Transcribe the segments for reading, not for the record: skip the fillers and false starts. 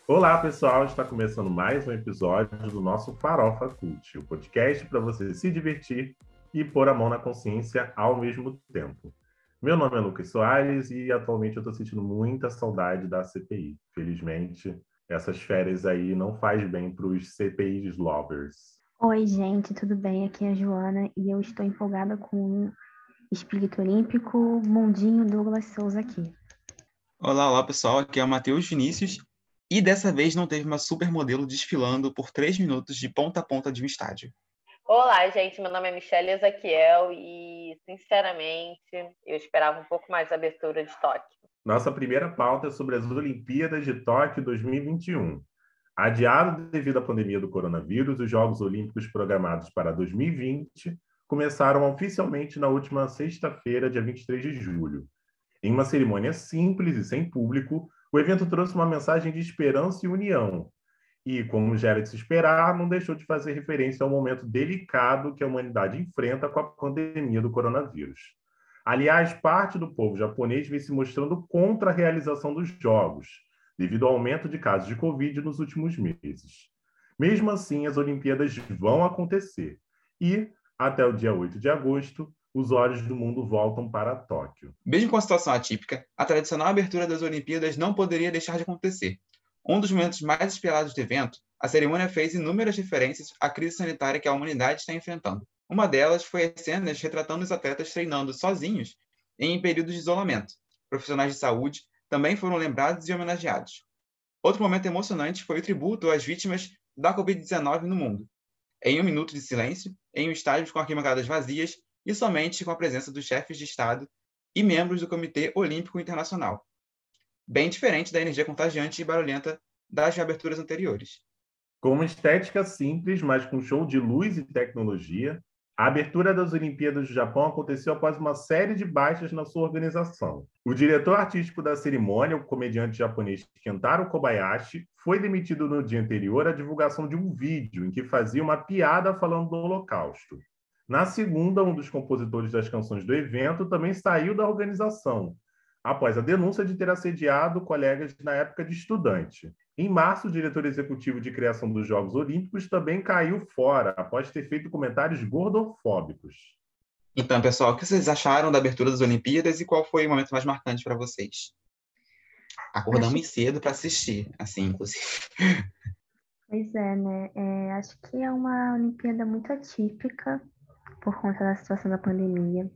Olá, pessoal! Está começando mais um episódio do nosso Farofa Cult, o podcast para você se divertir e pôr a mão na consciência ao mesmo tempo. Meu nome é Lucas Soares e atualmente eu estou sentindo muita saudade da CPI. Felizmente, essas férias aí não faz bem para os CPIs lovers. Oi, gente, tudo bem? Aqui é a Joana e eu estou empolgada com o Espírito Olímpico, Mundinho Douglas Souza aqui. Olá, pessoal, aqui é o Matheus Vinícius e dessa vez não teve uma supermodelo desfilando por 3 minutos de ponta a ponta de um estádio. Olá, gente, meu nome é Michelle Ezaquiel e, sinceramente, eu esperava um pouco mais da abertura de Tóquio. Nossa primeira pauta é sobre as Olimpíadas de Tóquio 2021. Adiado devido à pandemia do coronavírus, os Jogos Olímpicos programados para 2020 começaram oficialmente na última sexta-feira, dia 23 de julho. Em uma cerimônia simples e sem público, o evento trouxe uma mensagem de esperança e união. E, como já era de se esperar, não deixou de fazer referência ao momento delicado que a humanidade enfrenta com a pandemia do coronavírus. Aliás, parte do povo japonês vem se mostrando contra a realização dos Jogos, devido ao aumento de casos de Covid nos últimos meses. Mesmo assim, as Olimpíadas vão acontecer. E, até o dia 8 de agosto, os olhos do mundo voltam para Tóquio. Mesmo com a situação atípica, a tradicional abertura das Olimpíadas não poderia deixar de acontecer. Um dos momentos mais esperados do evento, a cerimônia fez inúmeras referências à crise sanitária que a humanidade está enfrentando. Uma delas foi as cenas retratando os atletas treinando sozinhos em períodos de isolamento. Profissionais de saúde também foram lembrados e homenageados. Outro momento emocionante foi o tributo às vítimas da Covid-19 no mundo. Em 1 minuto de silêncio, em um estádio com arquibancadas vazias e somente com a presença dos chefes de Estado e membros do Comitê Olímpico Internacional. Bem diferente da energia contagiante e barulhenta das reaberturas anteriores. Com uma estética simples, mas com show de luz e tecnologia, a abertura das Olimpíadas do Japão aconteceu após uma série de baixas na sua organização. O diretor artístico da cerimônia, o comediante japonês Kentaro Kobayashi, foi demitido no dia anterior à divulgação de um vídeo em que fazia uma piada falando do Holocausto. Na segunda, um dos compositores das canções do evento também saiu da organização, após a denúncia de ter assediado colegas na época de estudante. Em março, o diretor executivo de criação dos Jogos Olímpicos também caiu fora, após ter feito comentários gordofóbicos. Então, pessoal, o que vocês acharam da abertura das Olimpíadas e qual foi o momento mais marcante para vocês? Acordamos cedo para assistir, assim, inclusive. Pois é, né? Acho que é uma Olimpíada muito atípica por conta da situação da pandemia.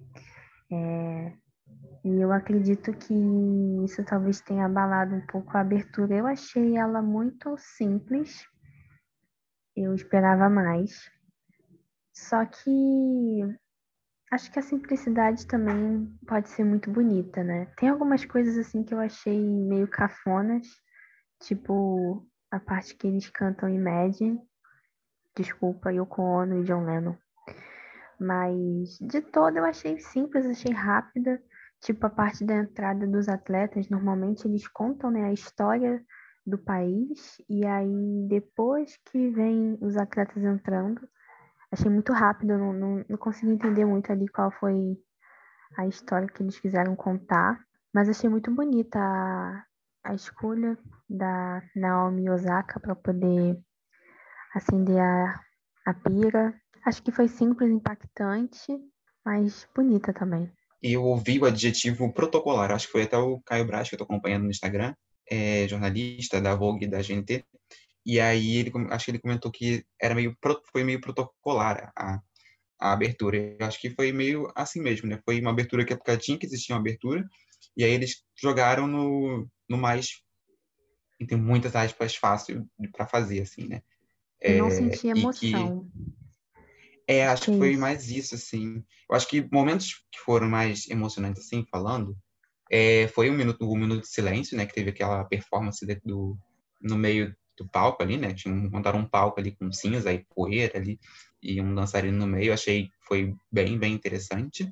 E eu acredito que isso talvez tenha abalado um pouco a abertura. Eu achei ela muito simples. Eu esperava mais. Só que acho que a simplicidade também pode ser muito bonita, né? Tem algumas coisas assim que eu achei meio cafonas, tipo a parte que eles cantam Imagine, desculpa, Yoko Ono e John Lennon. Mas de todo eu achei simples, achei rápida. Tipo a parte da entrada dos atletas, normalmente eles contam, né, a história do país e aí depois que vem os atletas entrando, achei muito rápido, eu não consegui entender muito ali qual foi a história que eles quiseram contar, mas achei muito bonita a escolha da Naomi Osaka para poder acender a pira. Acho que foi simples, impactante, mas bonita também. Eu ouvi o adjetivo protocolar, acho que foi até o Caio Braz, que eu estou acompanhando no Instagram, jornalista da Vogue e da GNT, e aí acho que ele comentou que foi meio protocolar a abertura. Eu acho que foi meio assim mesmo, né? Foi uma abertura que tinha que existir uma abertura, e aí eles jogaram no mais, tem muitas aspas, fácil para fazer, assim, né? Eu não senti E que emoção. acho que foi Isso. mais isso, assim. Eu acho que momentos que foram mais emocionantes, assim, falando, foi um minuto de silêncio, né? Que teve aquela performance no meio do palco ali, né? Montaram um palco ali com cinza e poeira ali, e um dançarino no meio. Achei que foi bem, bem interessante.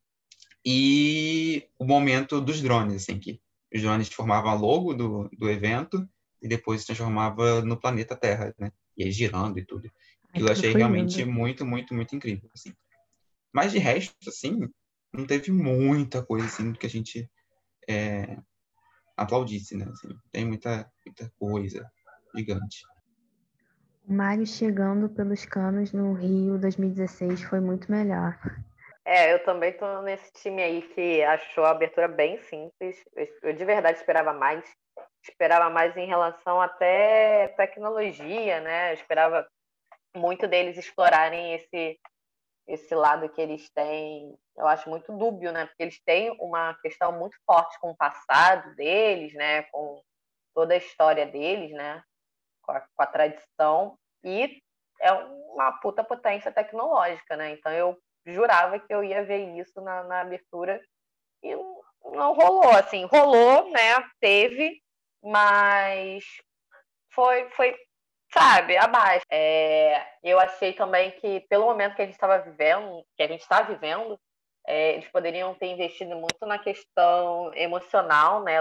E o momento dos drones, assim, que os drones formavam a logo do evento e depois se transformava no planeta Terra, né? E aí girando e tudo. Aquilo eu Aquilo achei foi realmente lindo. muito, muito, muito incrível, assim. Mas de resto, assim, não teve muita coisa, assim, que a gente aplaudisse, né? Assim, tem muita, muita coisa. gigante. O Mário chegando pelos canos no Rio 2016 foi muito melhor. Eu também tô nesse time aí que achou a abertura bem simples. Eu de verdade esperava mais. Esperava mais em relação até tecnologia, né? Eu esperava muito deles explorarem esse lado que eles têm. Eu acho muito dúbio, né? Porque eles têm uma questão muito forte com o passado deles, né? Com toda a história deles, né? Com a tradição. E é uma puta potência tecnológica, né? Então eu jurava que eu ia ver isso na abertura e não rolou, assim, rolou, né? Teve, mas foi sabe, abaixo. Eu achei também que pelo momento que a gente estava vivendo, que a gente está vivendo, eles poderiam ter investido muito na questão emocional, né,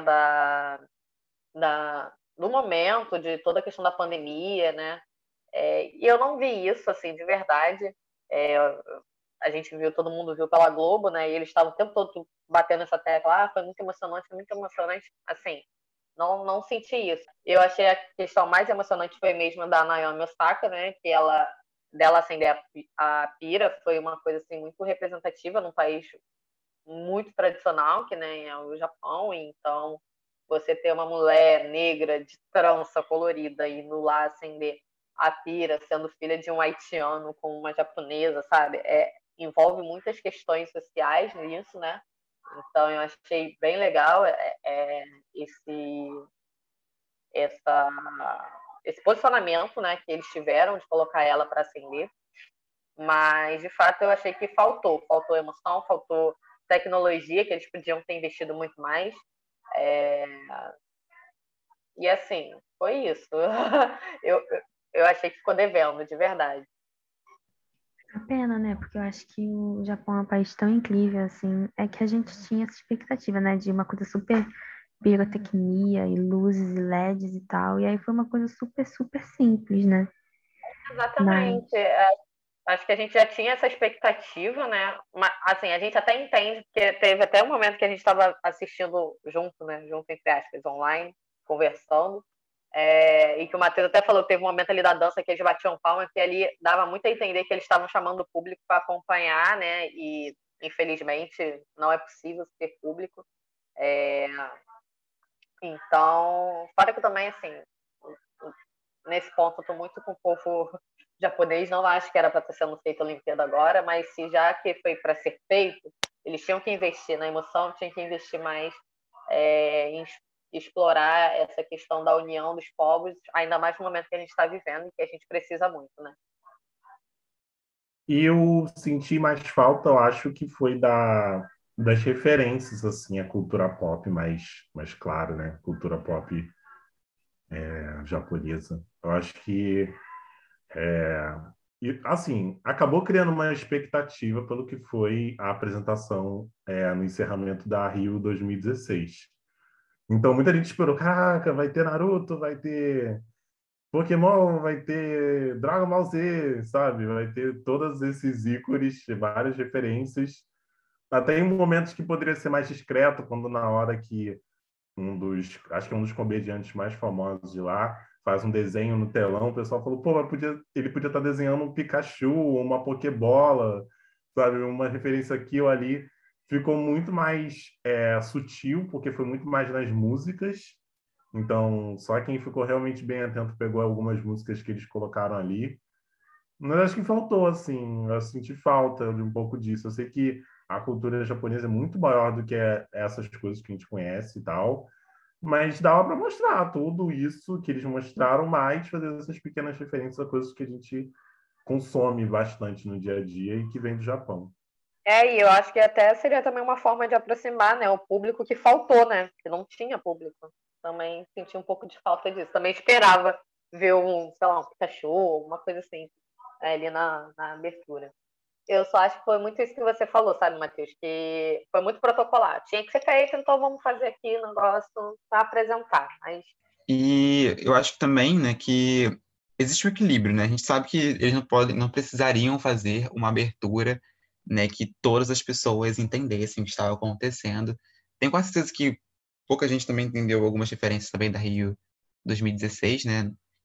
do momento, de toda a questão da pandemia, né? E eu não vi isso, assim, de verdade. É, a gente viu, todo mundo viu pela Globo, né? E eles estavam o tempo todo batendo essa tecla, foi muito emocionante, foi muito emocionante. Assim, não senti isso. Eu achei a questão mais emocionante foi mesmo da Naomi Osaka, né? Que dela acender a pira foi uma coisa assim muito representativa num país muito tradicional, que nem é o Japão. Então, você ter uma mulher negra de trança colorida indo lá acender a pira, sendo filha de um haitiano com uma japonesa, sabe? Envolve muitas questões sociais nisso, né? Então, eu achei bem legal esse, essa, esse posicionamento, né, que eles tiveram de colocar ela para acender. Mas, de fato, eu achei que faltou emoção, faltou tecnologia, que eles podiam ter investido muito mais. E, assim, foi isso. eu, eu achei que ficou devendo, de verdade. A pena, né? Porque eu acho que o Japão é um país tão incrível, assim. É que a gente tinha essa expectativa, né? De uma coisa super pirotecnia e luzes e LEDs e tal. E aí foi uma coisa super, super simples, né? Mas, Exatamente. Acho que a gente já tinha essa expectativa, né? Mas, assim, a gente até entende, porque teve até um momento que a gente estava assistindo junto, né? Junto, entre aspas, online, conversando. E que o Matheus até falou que teve um momento ali da dança que eles batiam palma, que ali dava muito a entender que eles estavam chamando o público para acompanhar, né? E, infelizmente, não é possível ter público. Então, fora que também, assim, nesse ponto, eu estou muito com o povo japonês, não acho que era para estar sendo feita a Olimpíada agora, mas se já que foi para ser feito, eles tinham que investir na emoção, tinham que investir mais em explorar essa questão da união dos povos, ainda mais no momento que a gente está vivendo e que a gente precisa muito, né? E eu senti mais falta, eu acho que foi das referências, assim, à cultura pop mais claro, né? Cultura pop japonesa. Eu acho que, assim, acabou criando uma expectativa pelo que foi a apresentação no encerramento da Rio 2016. Então, muita gente esperou, caraca, vai ter Naruto, vai ter Pokémon, vai ter Dragon Ball Z, sabe? Vai ter todos esses ícones, várias referências. Até em momentos que poderia ser mais discreto, quando na hora que acho que um dos comediantes mais famosos de lá faz um desenho no telão, o pessoal falou, pô, ele podia estar desenhando um Pikachu, uma Pokébola, sabe? Uma referência aqui ou ali. Ficou muito mais sutil, porque foi muito mais nas músicas. Então, só quem ficou realmente bem atento pegou algumas músicas que eles colocaram ali. Mas acho que faltou, assim, eu senti falta de um pouco disso. Eu sei que a cultura japonesa é muito maior do que essas coisas que a gente conhece e tal, mas dava para mostrar tudo isso que eles mostraram, mais fazer essas pequenas referências a coisas que a gente consome bastante no dia a dia e que vem do Japão. E eu acho que até seria também uma forma de aproximar, né, o público que faltou, né, que não tinha público. Também senti um pouco de falta disso. Também esperava ver sei lá, um Pikachu, uma coisa assim, ali na abertura. Eu só acho que foi muito isso que você falou, sabe, Matheus? Que foi muito protocolar. Tinha que ser feito, então vamos fazer aqui o negócio para apresentar. Mas E eu acho também, né, que existe um equilíbrio, né? A gente sabe que eles não precisariam fazer uma abertura, né, que todas as pessoas entendessem o que estava acontecendo. Tenho quase certeza que pouca gente também entendeu algumas referências também da Rio 2016, né?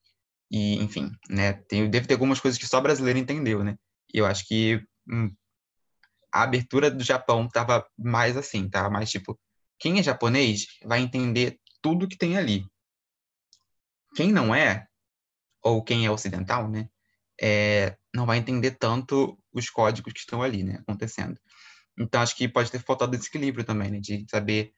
E, enfim, né, deve ter algumas coisas que só brasileiro entendeu, né? E eu acho que a abertura do Japão tava mais assim, tá? Mais tipo, quem é japonês vai entender tudo que tem ali. Quem não é, ou quem é ocidental, né? Não vai entender tanto os códigos que estão ali, né? Acontecendo. Então, acho que pode ter faltado esse equilíbrio também, né? De saber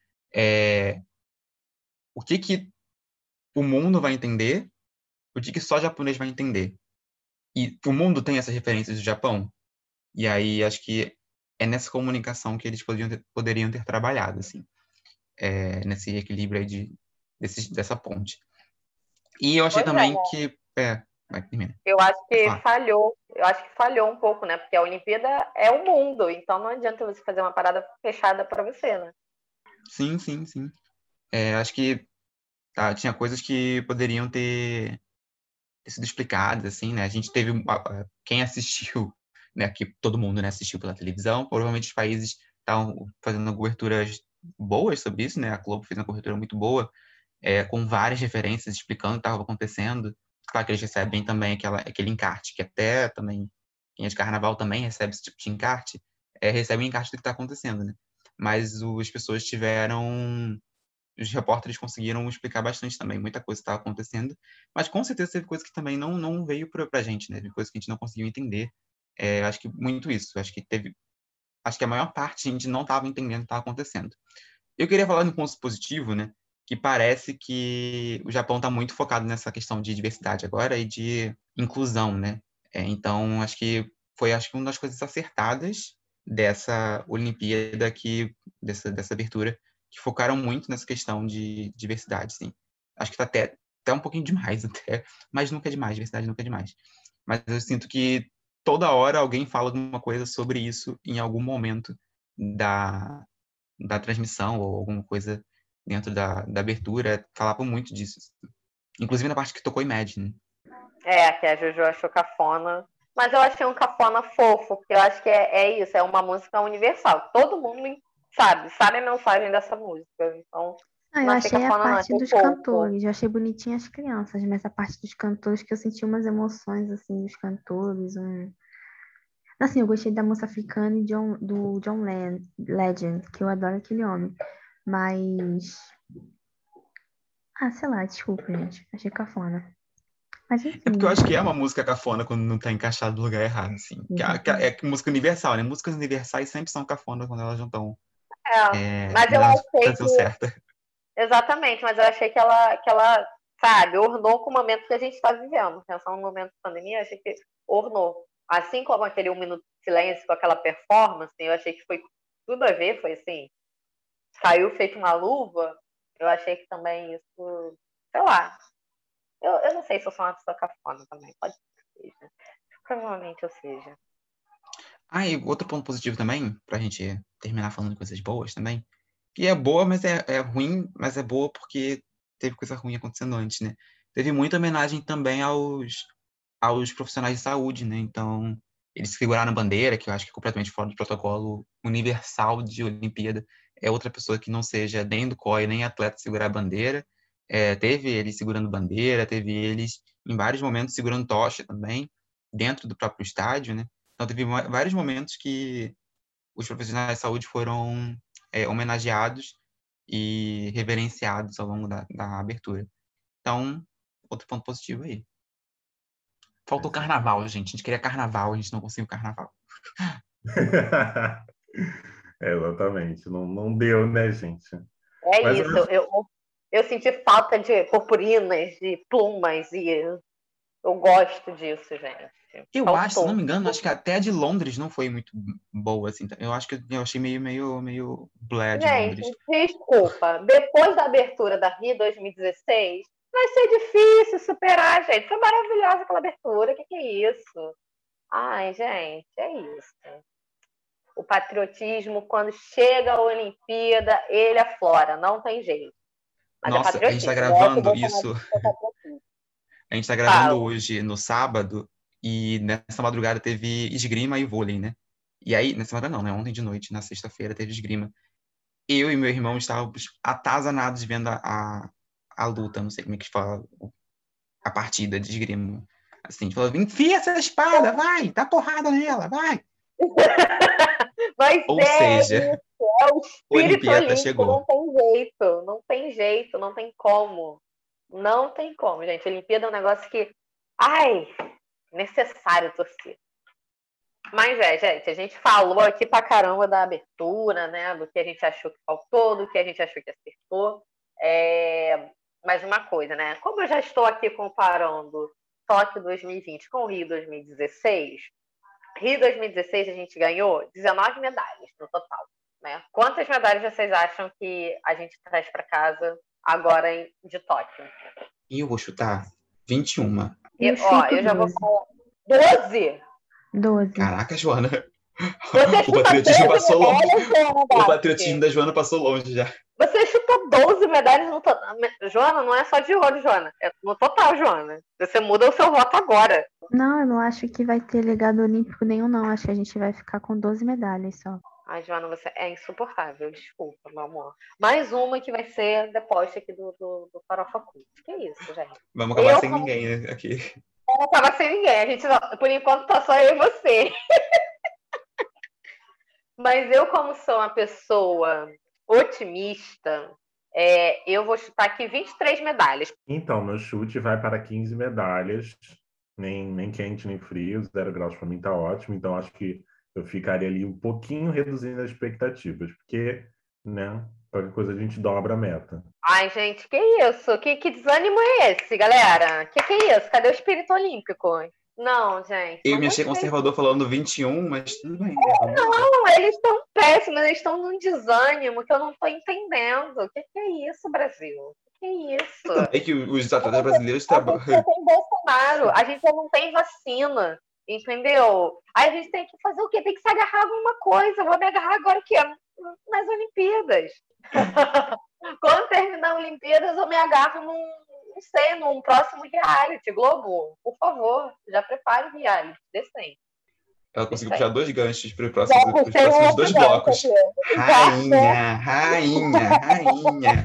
o que o mundo vai entender, o que só japonês vai entender. E o mundo tem essas referências do Japão. E aí, acho que é nessa comunicação que eles poderiam ter trabalhado, assim. Nesse equilíbrio aí dessa ponte. E eu achei Pois é, também que... vai, termina. eu acho Vai que falar. falhou. Eu acho que falhou um pouco, né? Porque a Olimpíada é o mundo, então não adianta você fazer uma parada fechada para você, né? Sim, sim, sim. Acho que tinha coisas que poderiam ter sido explicadas, assim, né? A gente teve... quem assistiu, né? Que todo mundo, né, assistiu pela televisão. Provavelmente os países estavam fazendo coberturas boas sobre isso, né? A Globo fez uma cobertura muito boa, com várias referências explicando o que estava acontecendo. Claro que eles recebem também aquele encarte, que até também quem é de carnaval também recebe esse tipo de encarte, recebe o encarte do que está acontecendo, né? Mas as pessoas tiveram... Os repórteres conseguiram explicar bastante também, muita coisa estava acontecendo, mas com certeza teve coisa que também não veio para a gente, né? Teve coisa que a gente não conseguiu entender. Acho que muito isso, acho que a maior parte a gente não estava entendendo o que estava acontecendo. Eu queria falar de um ponto positivo, né? Que parece que o Japão está muito focado nessa questão de diversidade agora e de inclusão, né? Então, acho que uma das coisas acertadas dessa Olimpíada, dessa abertura, que focaram muito nessa questão de diversidade, sim. Acho que está até um pouquinho demais, até, mas nunca é demais, diversidade nunca é demais. Mas eu sinto que toda hora alguém fala alguma coisa sobre isso em algum momento da transmissão ou alguma coisa dentro da abertura, falavam muito disso. Inclusive na parte que tocou Imagine. Que a Jojo achou cafona. Mas eu achei um cafona fofo, porque eu acho que é isso, é uma música universal. Todo mundo sabe a mensagem dessa música. Então, Ah, eu não achei achei a cafona, não, parte achei dos fofo. cantores, eu achei bonitinha as crianças, mas a parte dos cantores que eu senti umas emoções, assim, dos cantores, Assim, eu gostei da moça africana e do John Legend, que eu adoro aquele homem, mas... Ah, sei lá, desculpa, gente, achei cafona. Mas É enfim, porque eu né? acho que é uma música cafona quando não tá encaixado no lugar errado, assim. É música universal, né? Músicas universais sempre são cafona quando elas não estão Mas eu na achei ocasião que... certa. Exatamente, mas eu achei que ela sabe, ornou com o momento que a gente está vivendo. Pensando no momento da pandemia, eu achei que ornou. Assim como aquele 1 minuto de silêncio com aquela performance, eu achei que foi tudo a ver, foi assim, caiu feito uma luva. Eu achei que também isso, sei lá. Eu não sei se eu sou uma pessoa cafona também, pode ser que seja. Provavelmente eu seja. E outro ponto positivo também, pra gente terminar falando de coisas boas também, que é boa, mas é ruim, mas é boa porque teve coisa ruim acontecendo antes, né? Teve muita homenagem também aos profissionais de saúde, né? Então, eles seguraram a bandeira, que eu acho que é completamente fora do protocolo universal de Olimpíada. É outra pessoa que não seja nem do COI, nem atleta segurar a bandeira. Teve eles segurando bandeira, teve eles em vários momentos segurando tocha também, dentro do próprio estádio, né? Então, teve vários momentos que os profissionais de saúde foram homenageados e reverenciados ao longo da abertura. Então, outro ponto positivo aí. Faltou carnaval, gente. A gente queria carnaval, a gente não conseguiu carnaval. Exatamente. Não deu, né, gente? É Mas eu isso, eu senti falta de purpurinas, de plumas, e eu gosto disso, gente. Eu acho, se não Faltou. me engano, acho que até a de Londres não foi muito boa, assim. Eu acho que eu achei meio blé de Gente, Londres. desculpa. Depois da abertura da Rio 2016, vai ser difícil superar, gente. Foi maravilhosa aquela abertura. O que é isso? Ai, gente, é isso. O patriotismo, quando chega a Olimpíada, ele aflora. Não tem jeito. Mas é Nossa, a gente tá patriotismo. Não é que o gravando Bolsonaro isso, é patriotismo. a gente tá gravando Fala. hoje no sábado, e nessa madrugada teve esgrima e vôlei, né? E aí, nessa madrugada não, né? Ontem de noite, na sexta-feira, teve esgrima. Eu e meu irmão estávamos atazanados vendo a luta, não sei como é que fala, a partida de esgrima. Assim, falou, enfia essa espada, vai, dá porrada nela, vai. Mas Ou seja, é o espírito Olimpíada olímpico, chegou. não tem jeito, não tem jeito, não tem como. Não tem como, gente. A Olimpíada é um negócio que, ai, necessário torcer. Mas gente, a gente falou aqui pra caramba da abertura, né? Do que a gente achou que faltou, do que a gente achou que acertou. Mais uma coisa, né? Como eu já estou aqui comparando Tóquio 2020 com Rio 2016, Rio 2016 a gente ganhou 19 medalhas no total, né? Quantas medalhas vocês acham que a gente traz para casa agora de Tóquio? E eu vou chutar 21. Eu chuto eu já vou 12. falar 12. 12. Caraca, Joana. Você O chuta patriotismo 12 passou longe. medalhas, Joana O Basti? patriotismo da Joana passou longe já. Você chutou 12 medalhas no total. Joana, não é só de ouro, Joana. É no total, Joana. Você muda o seu voto agora. Não, eu não acho que vai ter legado olímpico nenhum, não. Acho que a gente vai ficar com 12 medalhas só. Ai, Joana, você é insuportável. Desculpa, meu amor. Mais uma que vai ser deposta aqui do Farofa Cult. Que isso, gente? Vamos acabar sem ninguém, né, aqui. Não acaba sem ninguém. A gente, por enquanto, tá só eu e você. Mas eu, como sou uma pessoa otimista, eu vou chutar aqui 23 medalhas. Então, meu chute vai para 15 medalhas, nem quente nem frio, 0 graus para mim tá ótimo, então acho que eu ficaria ali um pouquinho reduzindo as expectativas, porque, né, qualquer coisa a gente dobra a meta. Ai, gente, que isso? Que desânimo é esse, galera? Que é isso? Cadê o espírito olímpico? Não, gente. Eu não me achei gostei. conservador falando 21, mas tudo bem, né? Vamos lá. Não, eles estão péssimos, eles estão num desânimo que eu não estou entendendo. O que é isso, Brasil? Que é isso? É que os atletas brasileiros A gente trabalham. já tem Bolsonaro, a gente já não tem vacina, entendeu? Aí a gente tem que fazer o quê? Tem que se agarrar a alguma coisa. Eu vou me agarrar agora o quê? Nas Olimpíadas. Quando terminar as Olimpíadas, eu me agarro num próximo reality. Globo, por favor, já prepare o reality. Decente. Ela conseguiu Isso aí. puxar 2 ganchos para os Já próximos puxei um outro 2 gancho blocos. aqui. Rainha.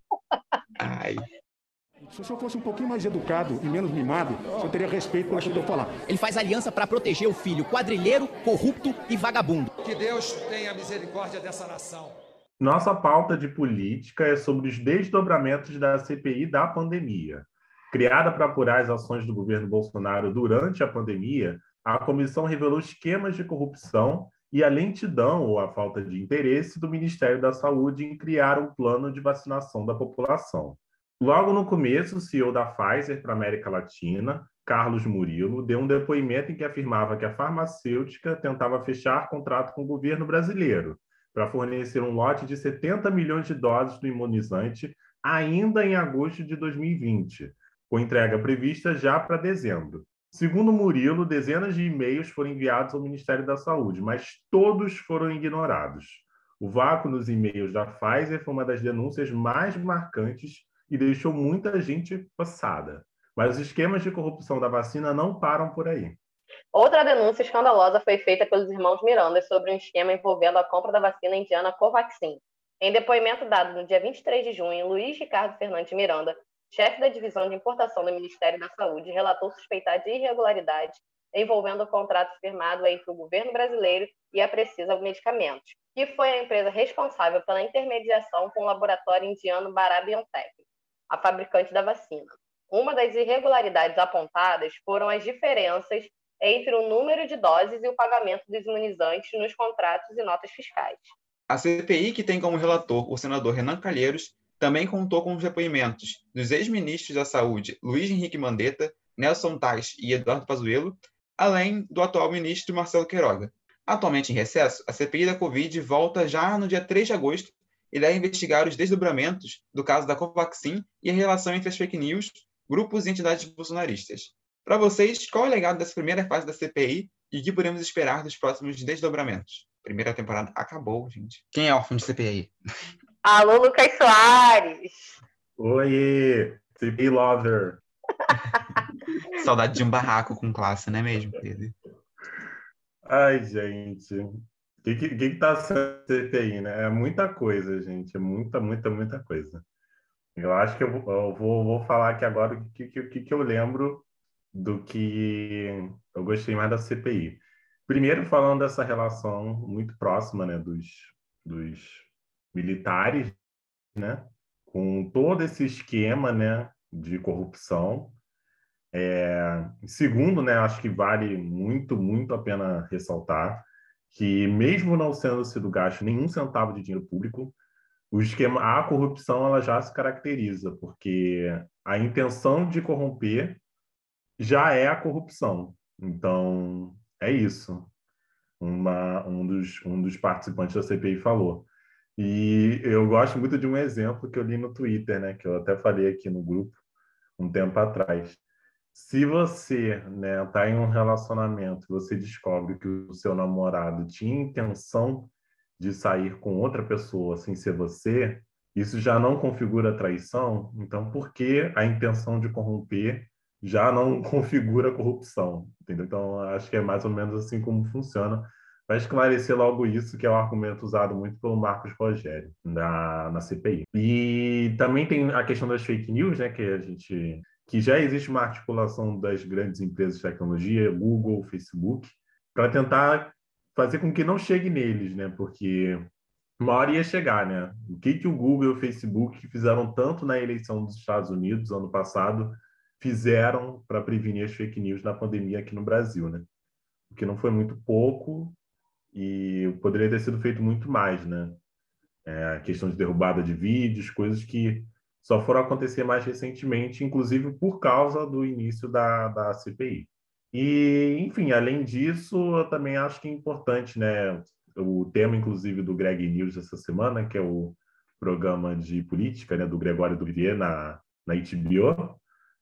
Ai. Se o senhor fosse um pouquinho mais educado e menos mimado, o senhor teria respeito pelo que eu estou falando. Ele faz aliança para proteger o filho quadrilheiro, corrupto e vagabundo. Que Deus tenha misericórdia dessa nação. Nossa pauta de política é sobre os desdobramentos da CPI da pandemia. Criada para apurar as ações do governo Bolsonaro durante a pandemia, a comissão revelou esquemas de corrupção e a lentidão ou a falta de interesse do Ministério da Saúde em criar um plano de vacinação da população. Logo no começo, o CEO da Pfizer para a América Latina, Carlos Murilo, deu um depoimento em que afirmava que a farmacêutica tentava fechar contrato com o governo brasileiro para fornecer um lote de 70 milhões de doses do imunizante ainda em agosto de 2020, com entrega prevista já para dezembro. Segundo Murilo, dezenas de e-mails foram enviados ao Ministério da Saúde, mas todos foram ignorados. O vácuo nos e-mails da Pfizer foi uma das denúncias mais marcantes e deixou muita gente passada. Mas os esquemas de corrupção da vacina não param por aí. Outra denúncia escandalosa foi feita pelos irmãos Miranda sobre um esquema envolvendo a compra da vacina indiana Covaxin. Em depoimento dado no dia 23 de junho, Luiz Ricardo Fernandes Miranda, chefe da divisão de importação do Ministério da Saúde, relatou suspeitar de irregularidades envolvendo o contrato firmado entre o governo brasileiro e a Precisa Medicamentos, que foi a empresa responsável pela intermediação com o laboratório indiano Bharat Biotech, a fabricante da vacina. Uma das irregularidades apontadas foram as diferenças entre o número de doses e o pagamento dos imunizantes nos contratos e notas fiscais. A CPI, que tem como relator o senador Renan Calheiros, também contou com os depoimentos dos ex-ministros da Saúde Luiz Henrique Mandetta, Nelson Tais e Eduardo Pazuello, além do atual ministro Marcelo Queiroga. Atualmente em recesso, a CPI da Covid volta já no dia 3 de agosto e deve investigar os desdobramentos do caso da Covaxin e a relação entre as fake news, grupos e entidades bolsonaristas. Para vocês, qual é o legado dessa primeira fase da CPI e o que podemos esperar dos próximos desdobramentos? Primeira temporada acabou, gente. Quem é órfão de CPI? Alô, Lucas Soares! Oi, CPI Lover! Saudade de um barraco com classe, não é mesmo, Pedro? Ai, gente. O que tá sendo CPI, né? É muita coisa, gente. É muita coisa. Eu acho que eu vou falar aqui agora o que eu lembro do que eu gostei mais da CPI. Primeiro, falando dessa relação muito próxima, né, dos militares, né, com todo esse esquema, né, de corrupção. Segundo, né, acho que vale muito, muito a pena ressaltar que, mesmo não sendo sido gasto nenhum centavo de dinheiro público, o esquema, a corrupção, ela já se caracteriza, porque a intenção de corromper já é a corrupção. Então, é isso. Um dos participantes da CPI falou. E eu gosto muito de um exemplo que eu li no Twitter, né, que eu até falei aqui no grupo um tempo atrás. Se você, né, tá em um relacionamento, você descobre que o seu namorado tinha intenção de sair com outra pessoa sem ser você, isso já não configura traição. Então, por que a intenção de corromper já não configura corrupção? Entendeu? Então, acho que é mais ou menos assim como funciona. Para esclarecer logo isso, que é o argumento usado muito pelo Marcos Rogério na CPI. E também tem a questão das fake news, né, que já existe uma articulação das grandes empresas de tecnologia, Google, Facebook, para tentar fazer com que não chegue neles, né? Porque uma hora ia chegar, né? O que o Google e o Facebook fizeram tanto na eleição dos Estados Unidos ano passado, fizeram para prevenir as fake news na pandemia aqui no Brasil, né? O que não foi muito pouco e poderia ter sido feito muito mais, né? A questão de derrubada de vídeos, coisas que só foram acontecer mais recentemente, inclusive por causa do início da CPI. E, enfim, além disso, eu também acho que é importante, né, o tema, inclusive, do Greg News essa semana, que é o programa de política, né, do Gregório do Vivier na HBO,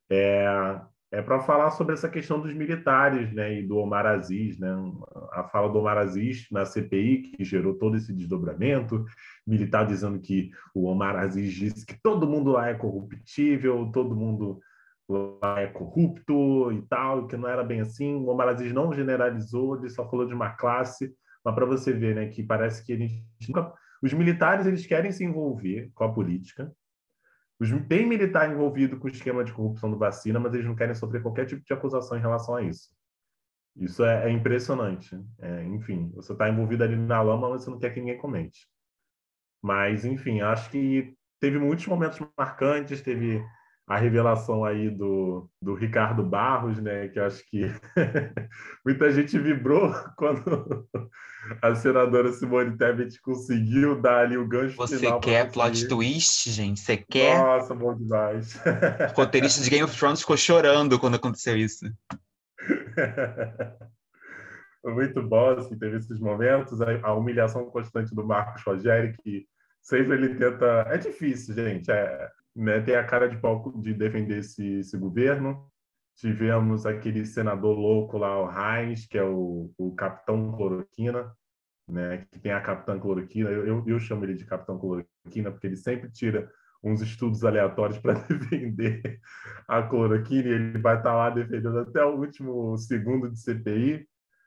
é para falar sobre essa questão dos militares, né, e do Omar Aziz, né, a fala do Omar Aziz na CPI, que gerou todo esse desdobramento, militar dizendo que o Omar Aziz disse que todo mundo lá é corruptível, todo mundo lá é corrupto e tal, que não era bem assim. O Omar Aziz não generalizou, ele só falou de uma classe, mas para você ver, né, que parece que eles nunca... Os militares, eles querem se envolver com a política. Tem militar envolvido com o esquema de corrupção do vacina, mas eles não querem sofrer qualquer tipo de acusação em relação a isso. Isso é impressionante. Enfim, você está envolvido ali na lama, mas você não quer que ninguém comente. Mas, enfim, acho que teve muitos momentos marcantes, teve a revelação aí do Ricardo Barros, né, que eu acho que muita gente vibrou quando a senadora Simone Tebet conseguiu dar ali o gancho Você final para quer plot conseguir. twist, gente? Você quer? Nossa, bom demais. O roteirista de Game of Thrones ficou chorando quando aconteceu isso. Foi muito bom, assim, teve esses momentos, a humilhação constante do Marcos Rogério, que sempre ele tenta... É difícil, gente, né, tem a cara de pau de defender esse governo. Tivemos aquele senador louco lá, o Reins, que é o Capitão Cloroquina, né, que tem a Capitã Cloroquina. Eu chamo ele de Capitão Cloroquina, porque ele sempre tira uns estudos aleatórios para defender a cloroquina, e ele vai estar lá defendendo até o último segundo de CPI.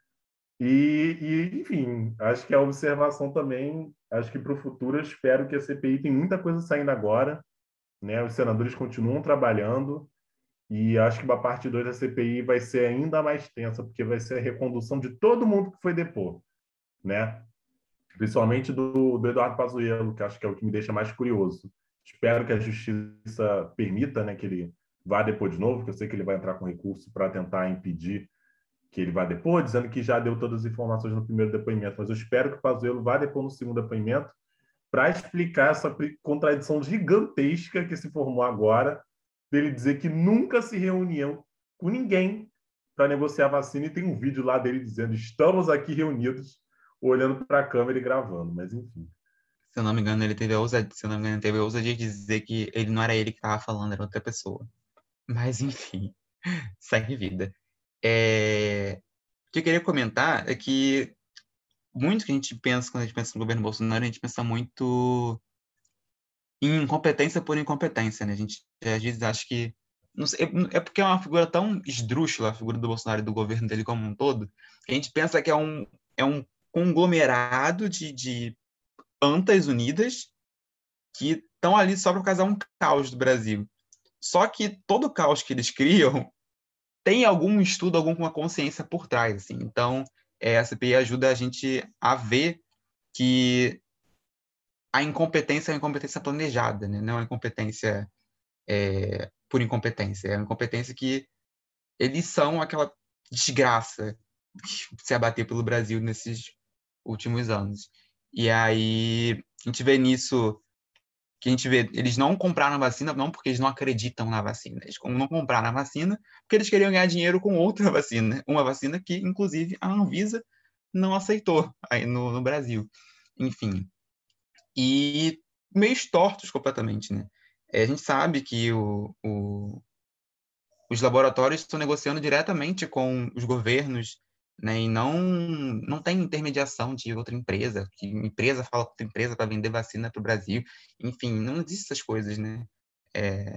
Enfim, acho que a observação também, acho que para o futuro eu espero que a CPI tem muita coisa saindo agora, né? Os senadores continuam trabalhando e acho que a parte 2 da CPI vai ser ainda mais tensa, porque vai ser a recondução de todo mundo que foi depor, né? Principalmente do Eduardo Pazuello, que acho que é o que me deixa mais curioso. Espero que a justiça permita, né, que ele vá depor de novo, que eu sei que ele vai entrar com recurso para tentar impedir que ele vá depor, dizendo que já deu todas as informações no primeiro depoimento, mas eu espero que o Pazuello vá depor no segundo depoimento para explicar essa contradição gigantesca que se formou agora, dele dizer que nunca se reuniu com ninguém para negociar a vacina, e tem um vídeo lá dele dizendo: estamos aqui reunidos, olhando para a câmera e gravando, mas enfim. Se eu não me engano, ele teve a ousadia de dizer que ele não era ele que estava falando, era outra pessoa. Mas, enfim, segue vida. O que eu queria comentar é que muito que a gente pensa, quando a gente pensa no governo Bolsonaro, a gente pensa muito em incompetência por incompetência, né? A gente às vezes acha que... Não sei, é porque é uma figura tão esdrúxula, a figura do Bolsonaro e do governo dele como um todo, que a gente pensa que é um conglomerado de antas unidas que estão ali só para causar um caos do Brasil. Só que todo o caos que eles criam tem algum estudo, alguma consciência por trás, assim. Então, a CPI ajuda a gente a ver que a incompetência é uma incompetência planejada, né? Não é uma incompetência por incompetência. É uma incompetência que eles são aquela desgraça que se abater pelo Brasil nesses últimos anos. E aí, a gente vê nisso que a gente vê, eles não compraram a vacina não porque eles não acreditam na vacina, eles não compraram a vacina porque eles queriam ganhar dinheiro com outra vacina, uma vacina que, inclusive, a Anvisa não aceitou aí no Brasil. Enfim, e meio tortos completamente, né? A gente sabe que os laboratórios estão negociando diretamente com os governos, né? E não tem intermediação de outra empresa, que empresa fala com outra empresa para vender vacina para o Brasil. Enfim, não existem essas coisas, né? É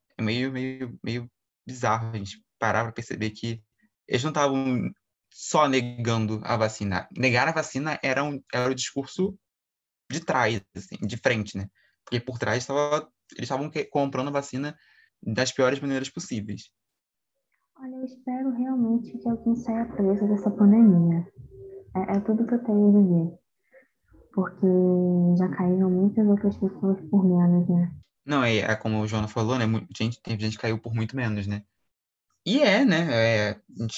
meio bizarro a gente parar para perceber que eles não estavam só negando a vacina. Negar a vacina era o discurso de trás, assim, de frente, né? Porque por trás eles estavam comprando a vacina das piores maneiras possíveis. Olha, eu espero realmente que alguém saia preso dessa pandemia. É tudo que eu tenho a dizer. Porque já caíram muitas outras pessoas por menos, né? Não, é como o João falou, né? Tem gente que caiu por muito menos, né? E né?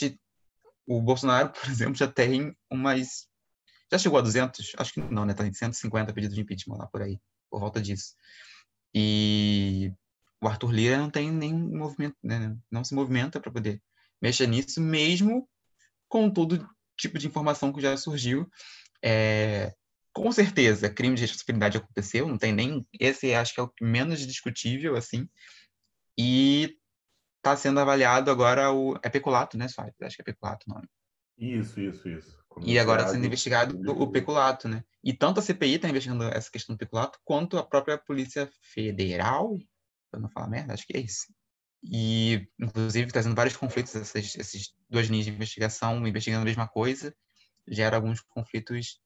O Bolsonaro, por exemplo, já tem umas... Já chegou a 200? Acho que não, né? Tá em 150 pedidos de impeachment lá por aí, por volta disso. E o Arthur Lira não tem nenhum movimento, né? Não se movimenta para poder mexer nisso, mesmo com todo tipo de informação que já surgiu. Com certeza, crime de responsabilidade aconteceu, não tem nem... Esse acho que é o menos discutível, assim. E está sendo avaliado agora é peculato, né, Suárez? Acho que é peculato o nome. Isso. E agora está sendo Comerciado. investigado o peculato, né? E tanto a CPI está investigando essa questão do peculato, quanto a própria Polícia Federal, para não falar merda, acho que é isso. E, inclusive, trazendo vários conflitos, esses duas linhas de investigação, investigando a mesma coisa, gera alguns conflitos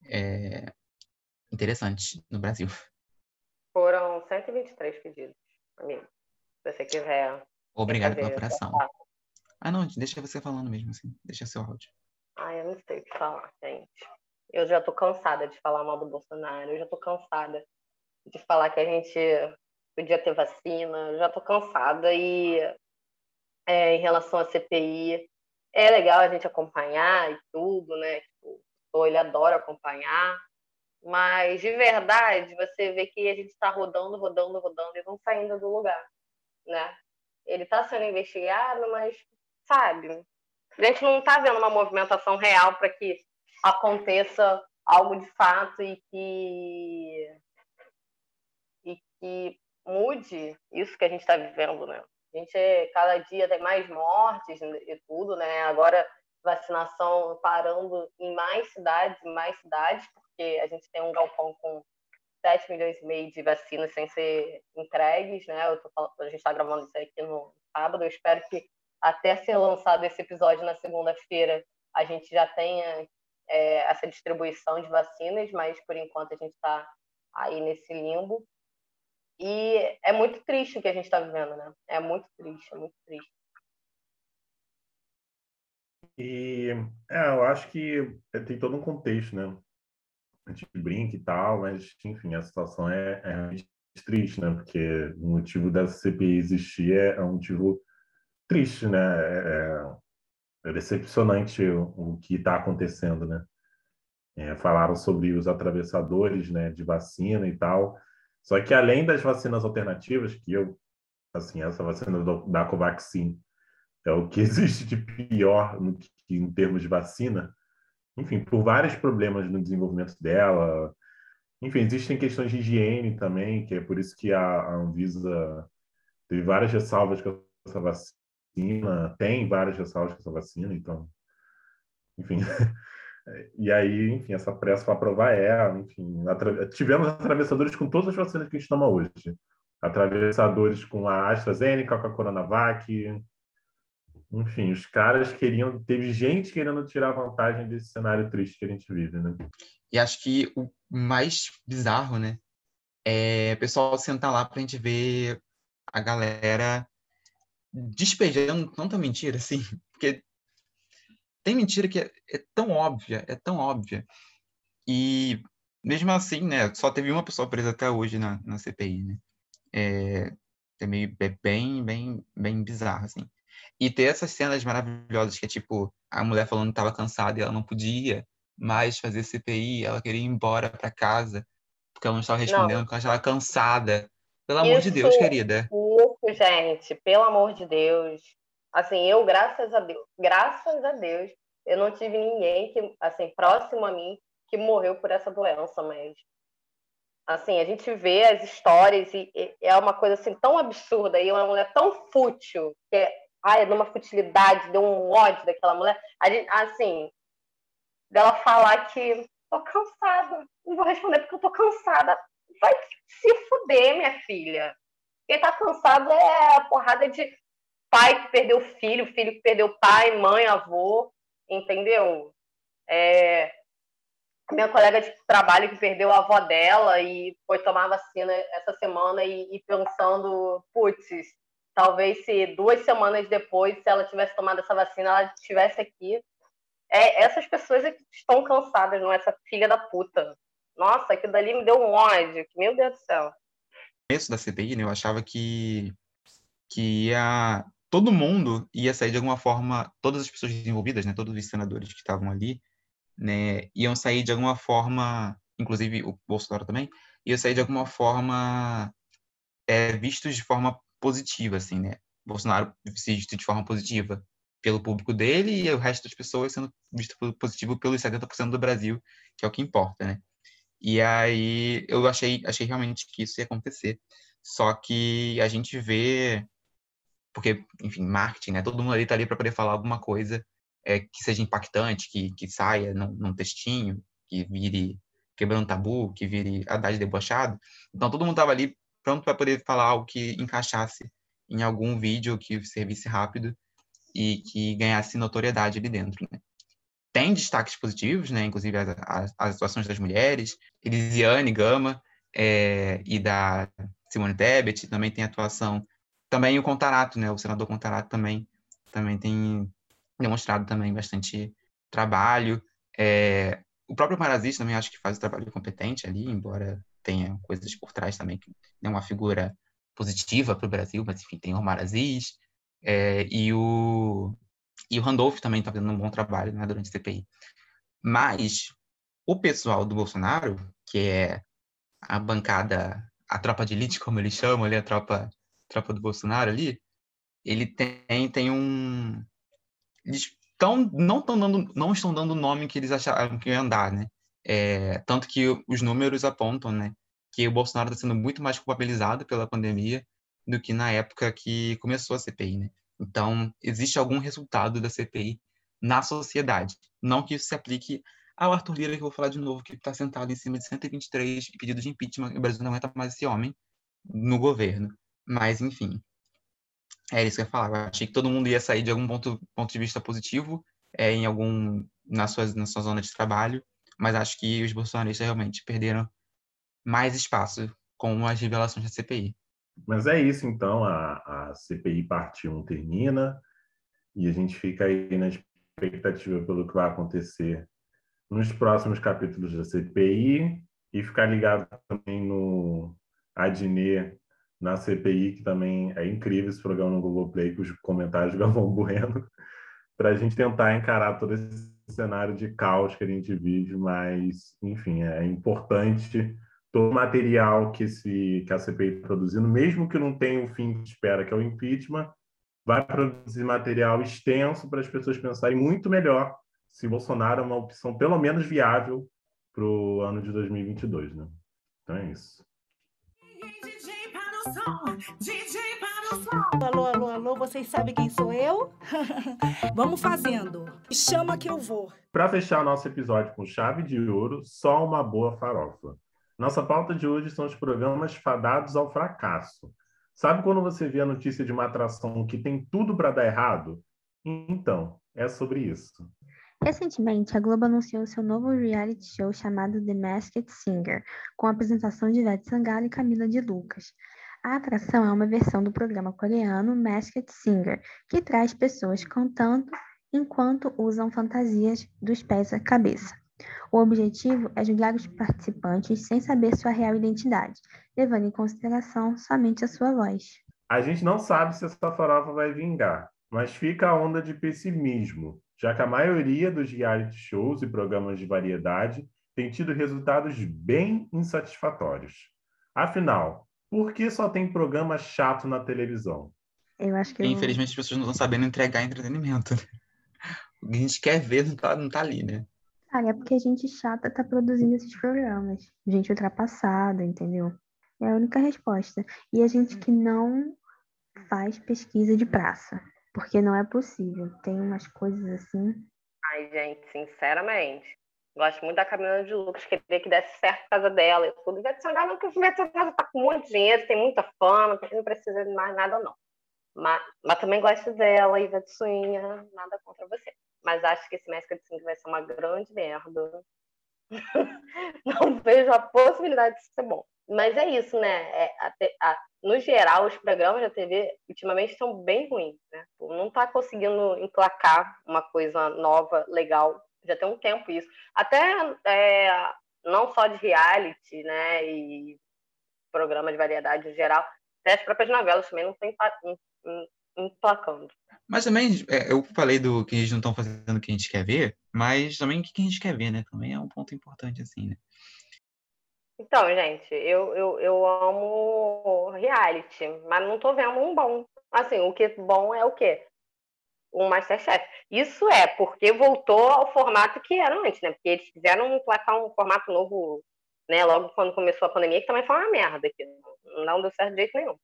interessantes no Brasil. Foram 123 pedidos, amigo. Se você quiser. Obrigado pela apuração. Não, deixa você falando mesmo, assim. Deixa seu áudio. Eu não sei o que falar, gente. Eu já tô cansada de falar mal do Bolsonaro. Eu já tô cansada de falar que a gente podia ter vacina. Eu já tô cansada. E em relação à CPI, é legal a gente acompanhar e tudo, né? Ele adora acompanhar. Mas, de verdade, você vê que a gente está rodando e não saindo do lugar, né? Ele está sendo investigado, mas, sabe, a gente não está vendo uma movimentação real para que aconteça algo de fato e que mude isso que a gente está vivendo, né? A gente, cada dia tem mais mortes e tudo, né? Agora, vacinação parando em mais cidades, porque a gente tem um galpão com 7 milhões e meio de vacinas sem ser entregues, né? A gente está gravando isso aqui no sábado. Eu espero que até ser lançado esse episódio na segunda-feira a gente já tenha essa distribuição de vacinas, mas por enquanto a gente está aí nesse limbo. E é muito triste o que a gente está vivendo, né? É muito triste. E eu acho que tem todo um contexto, né? A gente brinca e tal, mas, enfim, a situação é triste, né? Porque o motivo da CPI existir é um motivo triste, né? É decepcionante o que está acontecendo, né? Falaram sobre os atravessadores, né, de vacina e tal. Só que além das vacinas alternativas, assim, essa vacina da Covaxin é o que existe de pior em termos de vacina, enfim, por vários problemas no desenvolvimento dela. Enfim, existem questões de higiene também, que é por isso que a Anvisa teve várias ressalvas com essa vacina, tem várias ressalvas com essa vacina, então, enfim. E aí, enfim, essa pressa para aprovar ela, enfim. Tivemos atravessadores com todas as vacinas que a gente toma hoje. Atravessadores com a AstraZeneca, com a Coronavac. Enfim, os caras queriam... Teve gente querendo tirar vantagem desse cenário triste que a gente vive, né? E acho que o mais bizarro, né, o pessoal sentar lá pra gente ver a galera despejando tanta mentira, assim, porque tem mentira que é tão óbvia, e mesmo assim, né, só teve uma pessoa presa até hoje na CPI, né? Bem bizarro, assim. E ter essas cenas maravilhosas que é tipo, a mulher falando que estava cansada e ela não podia mais fazer CPI, ela queria ir embora para casa, porque ela não estava respondendo, Não, porque ela estava cansada. Pelo amor de isso, Deus, querida. gente, pelo amor de Deus. Assim, eu, graças a Deus, eu não tive ninguém que, assim, próximo a mim que morreu por essa doença, mas assim, a gente vê as histórias e é uma coisa assim tão absurda e uma mulher tão fútil, que é de uma futilidade, de um ódio daquela mulher. Assim, dela falar que tô cansada, não vou responder porque eu tô cansada. Vai se fuder, minha filha. Quem tá cansado é a porrada de pai que perdeu filho que perdeu pai, mãe, avô, entendeu? Minha colega de trabalho que perdeu a avó dela e foi tomar vacina essa semana e pensando, putz, talvez se 2 semanas depois, se ela tivesse tomado essa vacina, ela estivesse aqui. Essas pessoas é que estão cansadas, não é? Essa filha da puta. Nossa, aquilo dali me deu um ódio, meu Deus do céu. No começo da CPI, né, eu achava que todo mundo ia sair de alguma forma, todas as pessoas envolvidas, né, todos os senadores que estavam ali, né, iam sair de alguma forma, inclusive o Bolsonaro também, ia sair de alguma forma vistos de forma positiva, assim, né? Bolsonaro se visto de forma positiva pelo público dele e o resto das pessoas sendo visto positivo pelos 70% do Brasil, que é o que importa, né? E aí eu achei realmente que isso ia acontecer. Só que a gente vê, porque, enfim, marketing, né? Todo mundo ali tá ali para poder falar alguma coisa que seja impactante, que saia num textinho, que vire quebrando tabu, que vire Haddad debochado. Então todo mundo tava ali pronto para poder falar algo que encaixasse em algum vídeo que servisse rápido e que ganhasse notoriedade ali dentro, né? Tem destaques positivos, né? Inclusive as atuações das mulheres, Elisiane Gama e da Simone Tebet, também tem atuação, também o Contarato, né? O senador Contarato também tem demonstrado também bastante trabalho. O próprio Marazzi também acho que faz o trabalho competente ali, embora tenha coisas por trás também, que é uma figura positiva para o Brasil, mas enfim, tem o Marazzi, e o Randolph também está fazendo um bom trabalho, né, durante a CPI. Mas o pessoal do Bolsonaro, que é a bancada, a tropa de elite, como eles chamam ali, a tropa do Bolsonaro ali, ele tem um... Eles não estão dando o nome que eles acharam que ia andar, né? Tanto que os números apontam, né, que o Bolsonaro está sendo muito mais culpabilizado pela pandemia do que na época que começou a CPI, né? Então, existe algum resultado da CPI na sociedade. Não que isso se aplique ao Arthur Lira, que eu vou falar de novo, que está sentado em cima de 123 pedidos de impeachment, e o Brasil não aguenta mais esse homem no governo. Mas, enfim, é isso que eu ia falar. Eu achei que todo mundo ia sair de algum ponto de vista positivo na sua zona de trabalho, mas acho que os bolsonaristas realmente perderam mais espaço com as revelações da CPI. Mas é isso, então, a CPI parte 1 termina e a gente fica aí na expectativa pelo que vai acontecer nos próximos capítulos da CPI e ficar ligado também no Adnet, na CPI, que também é incrível esse programa no Globoplay, com os comentários do Galvão Bueno, para a gente tentar encarar todo esse cenário de caos que a gente vive, mas, enfim, é importante todo o material que a CPI está produzindo, mesmo que não tenha o fim que espera, que é o impeachment, vai produzir material extenso para as pessoas pensarem muito melhor se Bolsonaro é uma opção pelo menos viável para o ano de 2022, né? Então é isso. Alô, vocês sabem quem sou eu? Vamos fazendo. Chama que eu vou. Para fechar nosso episódio com chave de ouro, só uma boa farofa. Nossa pauta de hoje são os programas fadados ao fracasso. Sabe quando você vê a notícia de uma atração que tem tudo para dar errado? Então, é sobre isso. Recentemente, a Globo anunciou seu novo reality show chamado The Masked Singer, com a apresentação de Ivete Sangalo e Camila de Lucas. A atração é uma versão do programa coreano Masked Singer, que traz pessoas cantando enquanto usam fantasias dos pés à cabeça. O objetivo é julgar os participantes sem saber sua real identidade, levando em consideração somente a sua voz. A gente não sabe se essa farofa vai vingar, mas fica a onda de pessimismo, já que a maioria dos reality shows e programas de variedade tem tido resultados bem insatisfatórios. Afinal, por que só tem programa chato na televisão? Eu acho que Infelizmente, as pessoas não estão sabendo entregar entretenimento, né? O que a gente quer ver não tá ali, né? Cara, é porque a gente chata tá produzindo esses programas. Gente ultrapassada, entendeu? É a única resposta. E a gente que não faz pesquisa de praça. Porque não é possível. Tem umas coisas assim. Ai, gente, sinceramente. Gosto muito da Camila de Lucas, queria que desse certo por causa dela e tudo. Ivete Sangalo, porque Ivete Sangalo tá com muito dinheiro, tem muita fama, não precisa de mais nada, não. Mas também gosto dela, Ivete Suinha, nada contra você. Mas acho que esse Masked Singer vai ser uma grande merda. Não vejo a possibilidade de ser bom. Mas é isso, né? No geral, os programas da TV ultimamente estão bem ruins, né? Não está conseguindo emplacar uma coisa nova, legal. Já tem um tempo isso. Até não só de reality, né? E programa de variedade em geral, até as próprias novelas também não estão emplacando. Mas também, eu falei do que eles não estão fazendo o que a gente quer ver, mas também o que a gente quer ver, né? Também é um ponto importante, assim, né? Então, gente, eu amo reality, mas não tô vendo um bom. Assim, o que bom é o quê? O MasterChef. Isso é porque voltou ao formato que era antes, né? Porque eles quiseram emplacar um formato novo, né? Logo quando começou a pandemia, que também foi uma merda, que não deu certo de jeito nenhum.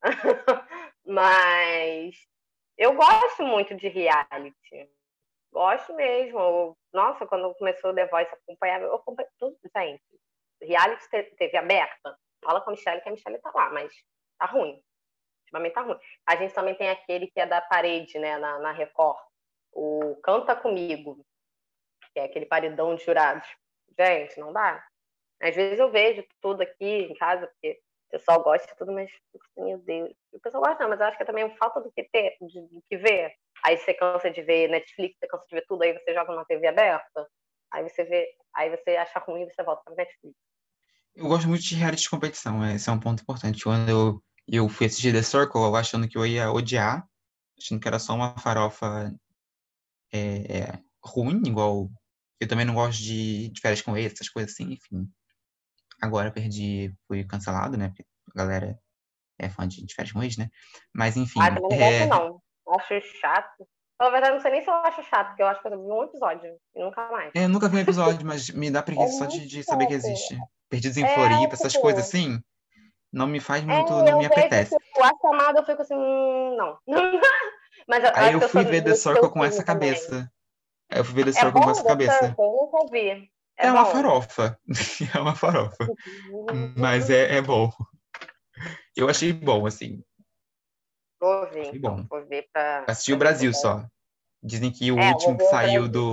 Mas eu gosto muito de reality. Gosto mesmo. Nossa, quando começou o The Voice, eu acompanhei tudo, gente. Reality TV aberta. Fala com a Michelle, que a Michelle tá lá, mas tá ruim. Ultimamente tá ruim. A gente também tem aquele que é da parede, né, na Record. O Canta Comigo, que é aquele paredão de jurados. Gente, não dá. Às vezes eu vejo tudo aqui em casa, porque o pessoal gosta de tudo, mas, meu Deus. O pessoal gosta, não, mas eu acho que é também falta do que ter, do que ver. Aí você cansa de ver Netflix, você cansa de ver tudo, aí você joga na TV aberta, aí você vê, aí você acha ruim e você volta pra Netflix. Eu gosto muito de reality de competição, esse é um ponto importante. Quando eu fui assistir The Circle, eu achando que eu ia odiar, achando que era só uma farofa ruim, igual... Eu também não gosto de férias com ex, essas coisas assim, enfim. Agora fui cancelado, né? Porque a galera é fã de férias com ex, né? Mas, enfim... Ah, também não gosto, não. Acho chato. Na verdade, não sei nem se eu acho chato, porque eu acho que eu vi um episódio e nunca mais. Eu nunca vi um episódio, mas me dá É preguiça só muito de saber que chato. existe. Perdidos em Floripa, essas coisas Tipo, assim, não me faz muito, não me eu vejo, apetece. tipo, a chamada, eu fico assim, não. Mas eu Aí acho eu que eu sou fui ver The desse Circle teu com essa time também. cabeça. Aí eu fui ver The É Circle com bom essa The cabeça. Circle? Eu nunca ouvi. É É uma bom? farofa. É uma farofa. Mas é bom. Eu achei bom, assim. Vou ver, Achei então. bom. Vou ver pra Assisti o ver se eu Brasil gosto. só. Dizem que o Vou último que ver o saiu Brasil.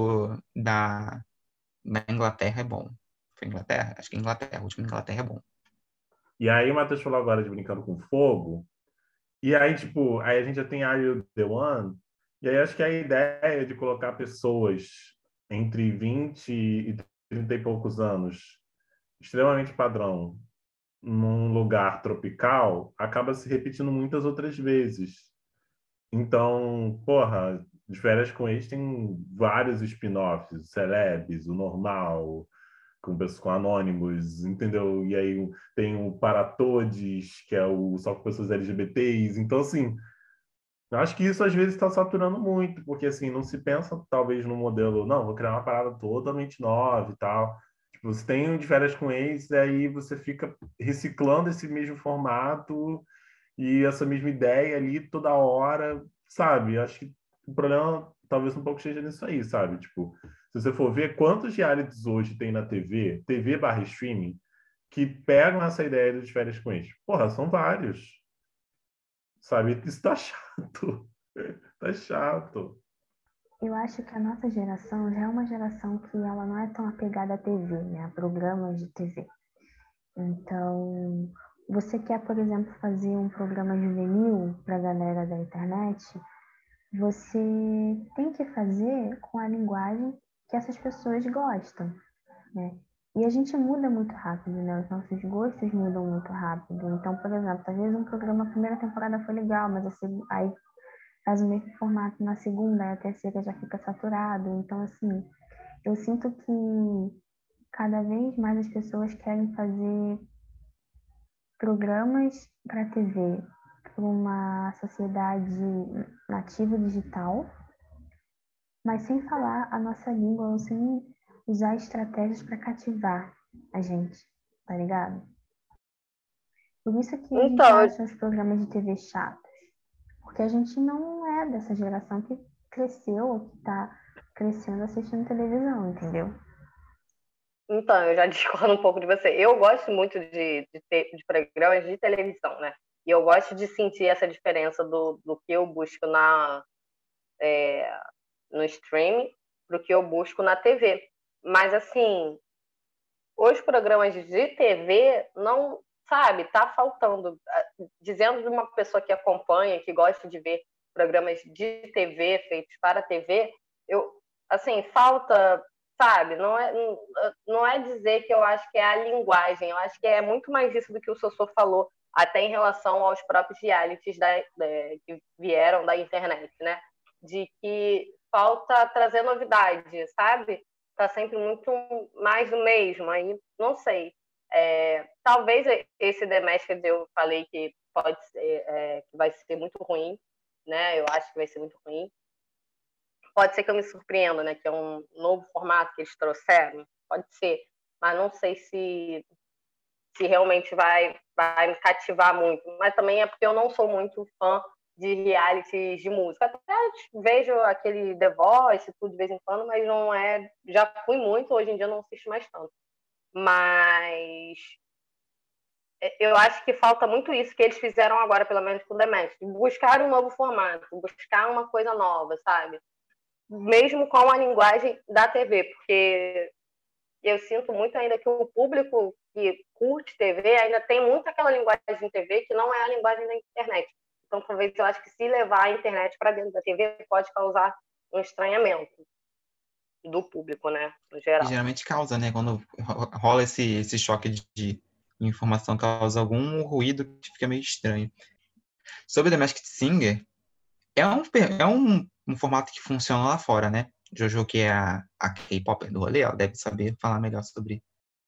da Inglaterra é bom. Foi Inglaterra? Acho que é Inglaterra. O último da Inglaterra é bom. E aí o Matheus falou agora de Brincando com Fogo. E aí, tipo, aí a gente já tem Are You The One? E aí acho que a ideia de colocar pessoas entre 20 e 30 e poucos anos, extremamente padrão, num lugar tropical, acaba se repetindo muitas outras vezes. Então, porra, de Férias com Ex tem vários spin-offs, o Celebs, o Normal, com anônimos, entendeu? E aí tem o Para Todes, que é o só com pessoas LGBTs. Então, assim, eu acho que isso às vezes está saturando muito, porque assim, não se pensa talvez no modelo, não, vou criar uma parada totalmente nova e tal. Tipo, você tem um de Férias com Ex, e aí você fica reciclando esse mesmo formato e essa mesma ideia ali toda hora, sabe? Acho que o problema talvez um pouco esteja nisso aí, sabe? Tipo, se você for ver quantos realities hoje tem na TV, TV barra streaming, que pegam essa ideia de férias com ex. Porra, são vários, sabe? Isso tá chato. Tá chato. Eu acho que a nossa geração já é uma geração que ela não é tão apegada à TV, né? A programas de TV. Então, você quer, por exemplo, fazer um programa juvenil para a galera da internet, você tem que fazer com a linguagem que essas pessoas gostam, né? E a gente muda muito rápido, né? Os nossos gostos mudam muito rápido. Então, por exemplo, às vezes um programa, a primeira temporada foi legal, mas aí faz o mesmo formato na segunda, e a terceira já fica saturado. Então, assim, eu sinto que cada vez mais as pessoas querem fazer programas para TV, para uma sociedade nativa digital, mas sem falar a nossa língua ou sem usar estratégias para cativar a gente, tá ligado? Por isso que a gente acha os programas de TV chatos, porque a gente não é dessa geração que cresceu ou que tá crescendo assistindo televisão, entendeu? Então, eu já discordo um pouco de você. Eu gosto muito de programas de televisão, né? E eu gosto de sentir essa diferença do que eu busco no streaming para o que eu busco na TV. Mas, assim, os programas de TV não, sabe, tá faltando. Dizendo de uma pessoa que acompanha, que gosta de ver programas de TV feitos para a TV, falta, sabe, não é dizer que eu acho que é a linguagem, eu acho que é muito mais isso do que o Sossô falou, até em relação aos próprios realities que vieram da internet, né? De que falta trazer novidade, sabe? Tá sempre muito mais do mesmo, aí não sei. Talvez esse The Masked eu falei que pode ser, que vai ser muito ruim, né? Eu acho que vai ser muito ruim. Pode ser que eu me surpreenda, né? Que é um novo formato que eles trouxeram, pode ser, mas não sei se realmente vai me cativar muito. Mas também é porque eu não sou muito fã de realities de música. Até vejo aquele The Voice tudo de vez em quando, mas não é. Já fui muito, hoje em dia não assisto mais tanto. Mas eu acho que falta muito isso que eles fizeram agora, pelo menos com o The Masked. Buscar um novo formato, buscar uma coisa nova, sabe? Mesmo com a linguagem da TV, porque eu sinto muito ainda que o público que curte TV ainda tem muito aquela linguagem de TV que não é a linguagem da internet. Então, talvez eu acho que se levar a internet para dentro da TV pode causar um estranhamento do público, né, no geral. E geralmente causa, né, quando rola esse choque de informação, causa algum ruído que fica meio estranho. Sobre The Masked Singer, é um formato que funciona lá fora, né? Jojo, que é a K-pop do rolê, ela deve saber falar melhor sobre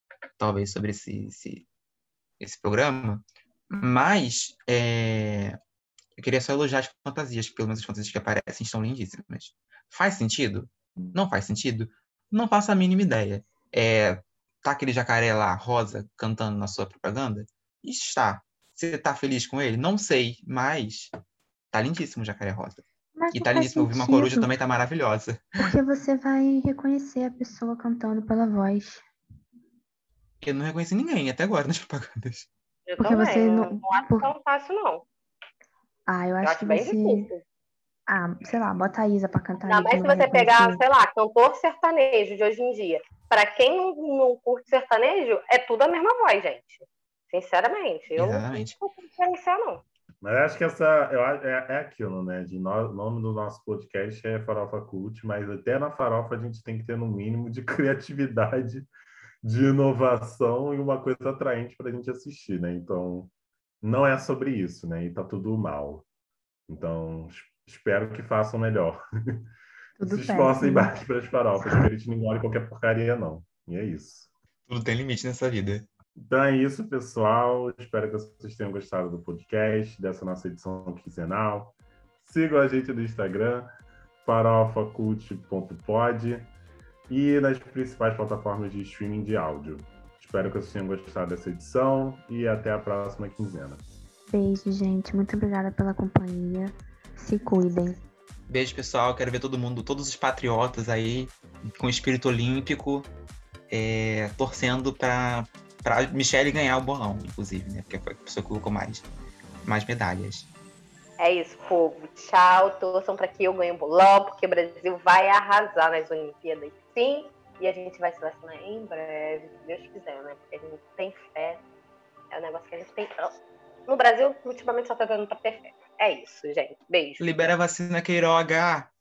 esse programa. Mas eu queria só elogiar as fantasias, que pelo menos as fantasias que aparecem estão lindíssimas. Faz sentido? Não faz sentido? Não faço a mínima ideia. Tá aquele jacaré lá, rosa, cantando na sua propaganda? Está. Você tá feliz com ele? Não sei, mas tá lindíssimo o jacaré rosa. Mas e tá lindíssimo. Ouvir uma coruja também tá maravilhosa. Porque você vai reconhecer a pessoa cantando pela voz. Eu não reconheci ninguém até agora nas propagandas. Eu porque também, você não acho tão fácil, não. Eu acho que bem você... difícil. Sei lá, bota a Isa pra cantar. Ainda mais se você pegar, sei lá, cantor sertanejo de hoje em dia. Pra quem não curte sertanejo, é tudo a mesma voz, gente. Sinceramente. Exatamente. Eu não consigo diferenciar, não. Mas acho que é aquilo, né? O nome do nosso podcast é Farofa Cult, mas até na farofa a gente tem que ter no mínimo de criatividade, de inovação e uma coisa atraente para a gente assistir, né? Então, não é sobre isso, né? E tá tudo mal. Então, espero que façam melhor. Se esforcem mais para as farofas, porque a gente não engole qualquer porcaria, não. E é isso. Tudo tem limite nessa vida. Então é isso, pessoal. Espero que vocês tenham gostado do podcast, dessa nossa edição quinzenal. Sigam a gente no Instagram, farofacult.pod e nas principais plataformas de streaming de áudio. Espero que vocês tenham gostado dessa edição e até a próxima quinzena. Beijo, gente. Muito obrigada pela companhia. Se cuidem. Beijo, pessoal. Quero ver todo mundo, todos os patriotas aí, com espírito olímpico, torcendo para Michele ganhar o bolão, inclusive, né? Porque foi a pessoa que colocou mais medalhas. É isso, povo. Tchau. Torçam para que eu ganhe o bolão, porque o Brasil vai arrasar nas Olimpíadas, sim. E a gente vai se vacinar em breve, se Deus quiser, né? Porque a gente tem fé. É um negócio que a gente tem. No Brasil, ultimamente só tá dando pra ter fé. É isso, gente. Beijo. Libera a vacina, Queiroga!